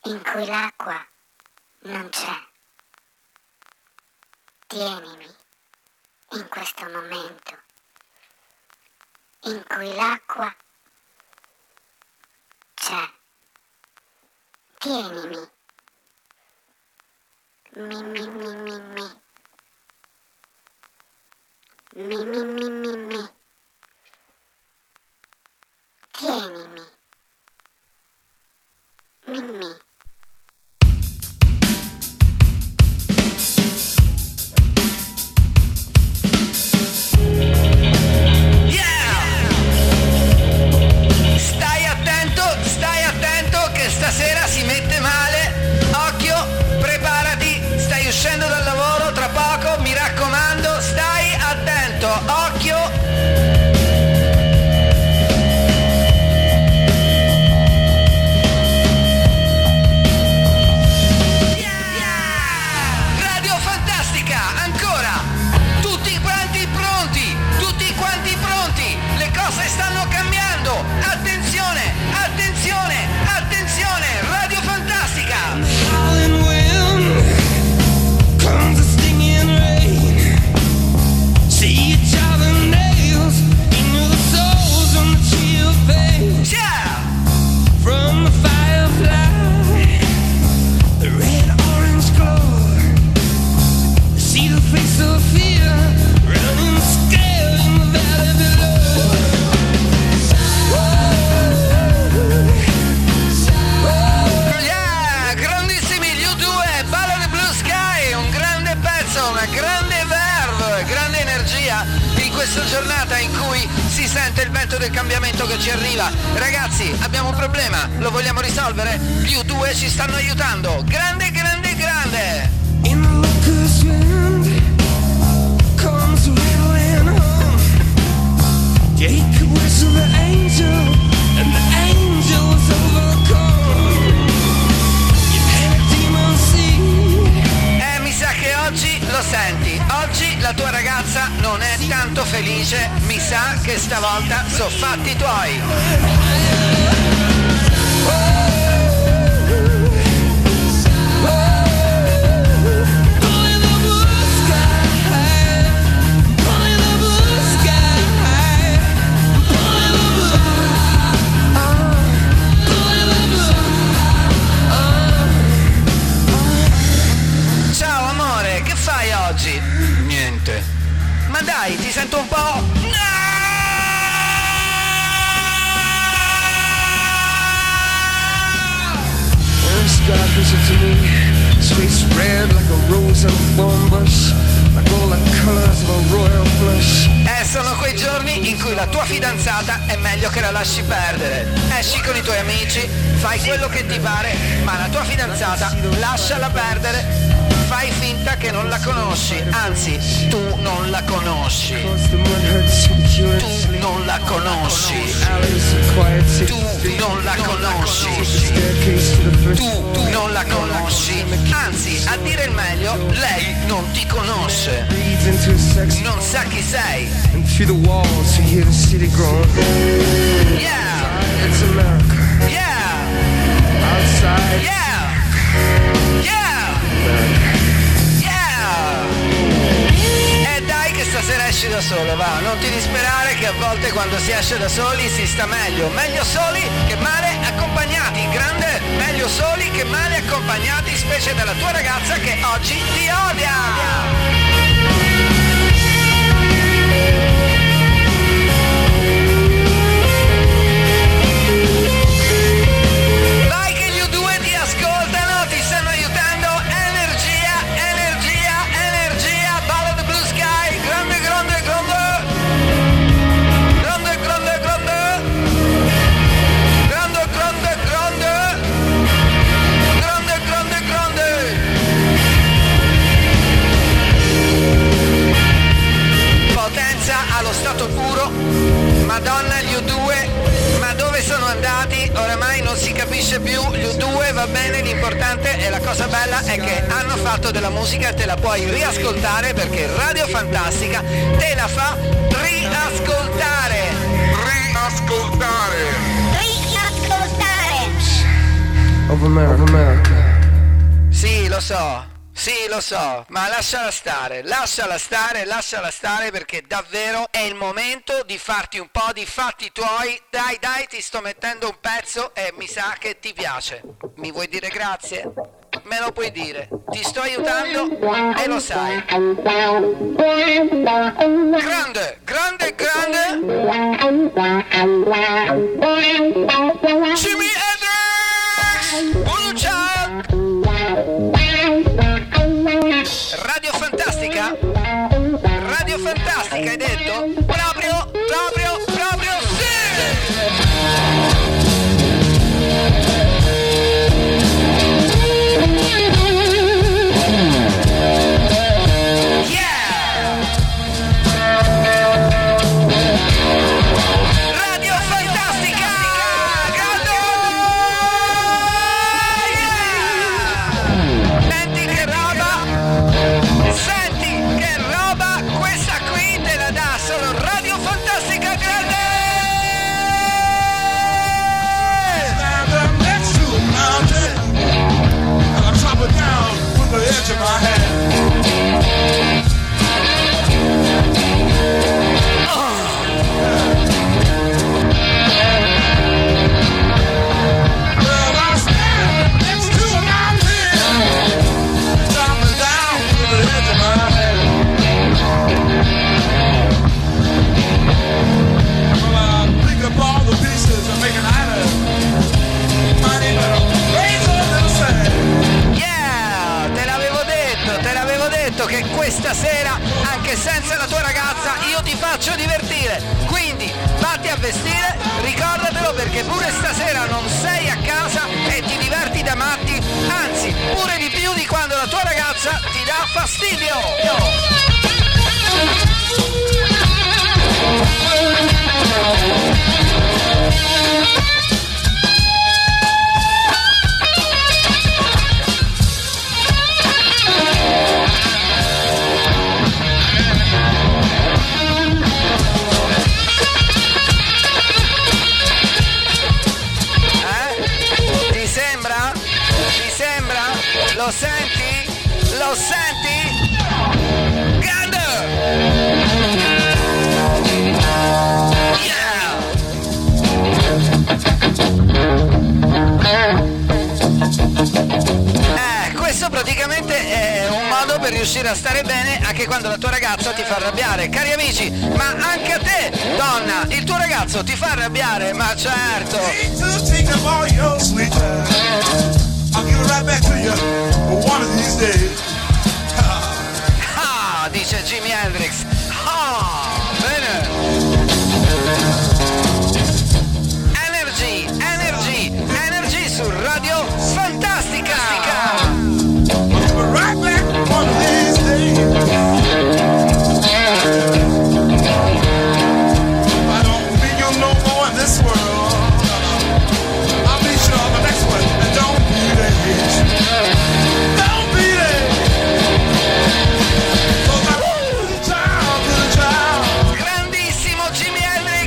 in cui l'acqua non c'è. Tienimi in questo momento in cui l'acqua c'è. Tienimi. Mi mi mi mi mi. Mi mi mi mi mi. Tienimi. Mi mi. Stasera si mette male, occhio, preparati, stai uscendo dal lavoro tra poco, mi raccomando, stai attento, occhio. Radio Fantastica, ancora, tutti quanti pronti, le cose stanno cambiando, attenzione, attenzione, attenzione, Radio Fantastica. Yeah! From the firefly, the red orange glow, see the face of fear running scared in the valley below. Yeah! Grandissimi gli U2, Ballad of Blue Sky, un grande pezzo, una grande verve, grande energia in questa giornata in cui si sente il vento del cambiamento che ci arriva. Ragazzi, abbiamo un problema, lo vogliamo risolvere? Gli U2 ci stanno aiutando. Grande, grande, grande! In the locust wind comes a rattling hum. Jacob whistled the angel, and the angel was overcome. You had a demon seed. Mi sa che oggi lo senti, oggi la tua ragazza non è tanto felice, mi sa che stavolta so fatti tuoi. Ciao amore, che fai oggi? Niente. Ma dai, ti sento un po'... God visit to me, his face red like a rose in a thorn bush, like all the colors of a royal flush. Sono quei giorni in cui la tua fidanzata è meglio che la lasci perdere. Esci con i tuoi amici, fai quello che ti pare, ma la tua fidanzata lasciala perdere. Fai finta che non la conosci, anzi, tu non la conosci. Tu non la conosci. Tu non la conosci. Tu non la conosci. Anzi, a dire il meglio, lei non ti conosce. Non sa chi sei. And through the walls you hear the city groan. Yeah. It's America. Yeah. Outside. Yeah. Yeah. Yeah. E dai che stasera esci da solo, va, non ti disperare che a volte quando si esce da soli si sta meglio. Meglio soli che male accompagnati, grande, meglio soli che male accompagnati, specie dalla tua ragazza che oggi ti odia. Allo stato puro, Madonna gli U2, ma dove sono andati? Oramai non si capisce più. Gli U2 va bene, l'importante e la cosa bella è che hanno fatto della musica e te la puoi riascoltare perché Radio Fantastica te la fa riascoltare. of America. Sì, lo so, ma lasciala stare perché davvero è il momento di farti un po' di fatti tuoi. Dai, ti sto mettendo un pezzo e mi sa che ti piace. Mi vuoi dire grazie? Me lo puoi dire, ti sto aiutando e lo sai. Grande! Jimi Hendrix! Blue Child! Radio Fantastica, hai detto? Proprio sì! Radio Fantastica! Grande! Senti che roba! Questa qui te la dà solo Radio Fantastica Grande! Stand up next to a mountain, and I chop it down with the edge of my hand. Well, I stand next to a mountain, chop it down with the edge of my hand. Well, I pick up all the pieces and make an island. Money, but I'm razor than sand. Yeah! Te l'avevo detto che questa sera, anche senza la tua ragazza, io ti faccio divertire. Quindi, vatti a vestire, ricordatelo perché pure stasera non sei a casa e ti diverti da matti, anzi, pure di più di quando la tua ragazza ti dà fastidio. Ti sembra? Lo senti? Grande! Yeah! Questo praticamente è un modo per riuscire a stare bene anche quando la tua ragazza ti fa arrabbiare. Cari amici, ma anche a te, donna, il tuo ragazzo ti fa arrabbiare? Ma certo! Take up all your sweet time. I'll give it right back to you one of these days. Ah, dice Jimi Hendrix. Ah, bene. Energy su Radio Fantastica. I'll give it right back one of these days. I don't think you'll know more in this world. I'll be sure on the next one. And don't be late. Don't be late. 'Cause I'm to the child. Grandissimo Jimi Hendrix.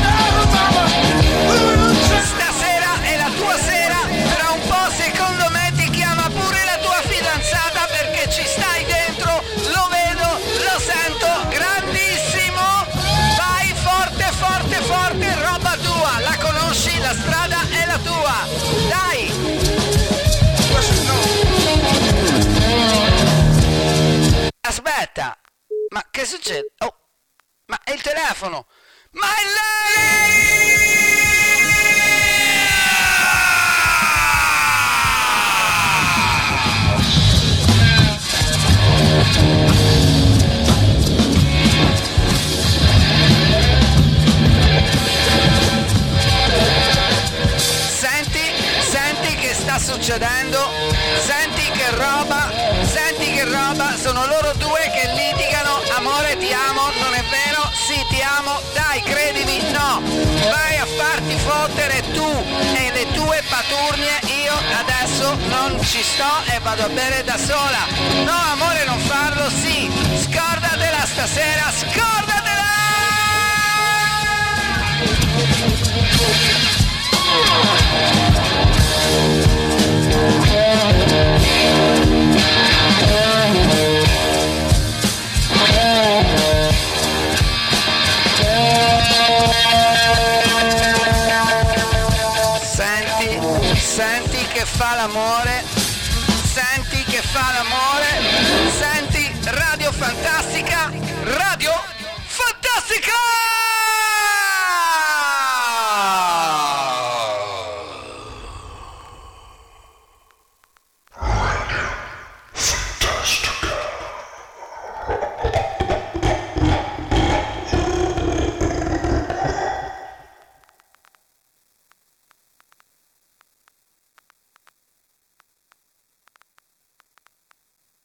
Stasera è la tua sera. Tra un po' secondo me ti chiama pure la tua fidanzata perché ci stai dentro. Lo vedo, lo sento. Grandissimo. Vai forte, roba tua. La conosci, la strada è la tua. Dai. Aspetta, ma che succede? Oh, ma è il telefono! Ma è Senti che sta succedendo? Senti che roba, sono loro due che litigano. Amore, ti amo, non è vero? Sì, ti amo, dai, credimi, no. Vai a farti fottere tu e le tue paturnie, io adesso non ci sto e vado a bere da sola. No, amore, non farlo, sì, scordatela stasera, scordatela! Senti che fa l'amore, senti che fa l'amore, senti Radio Fantastica, Radio Fantastica!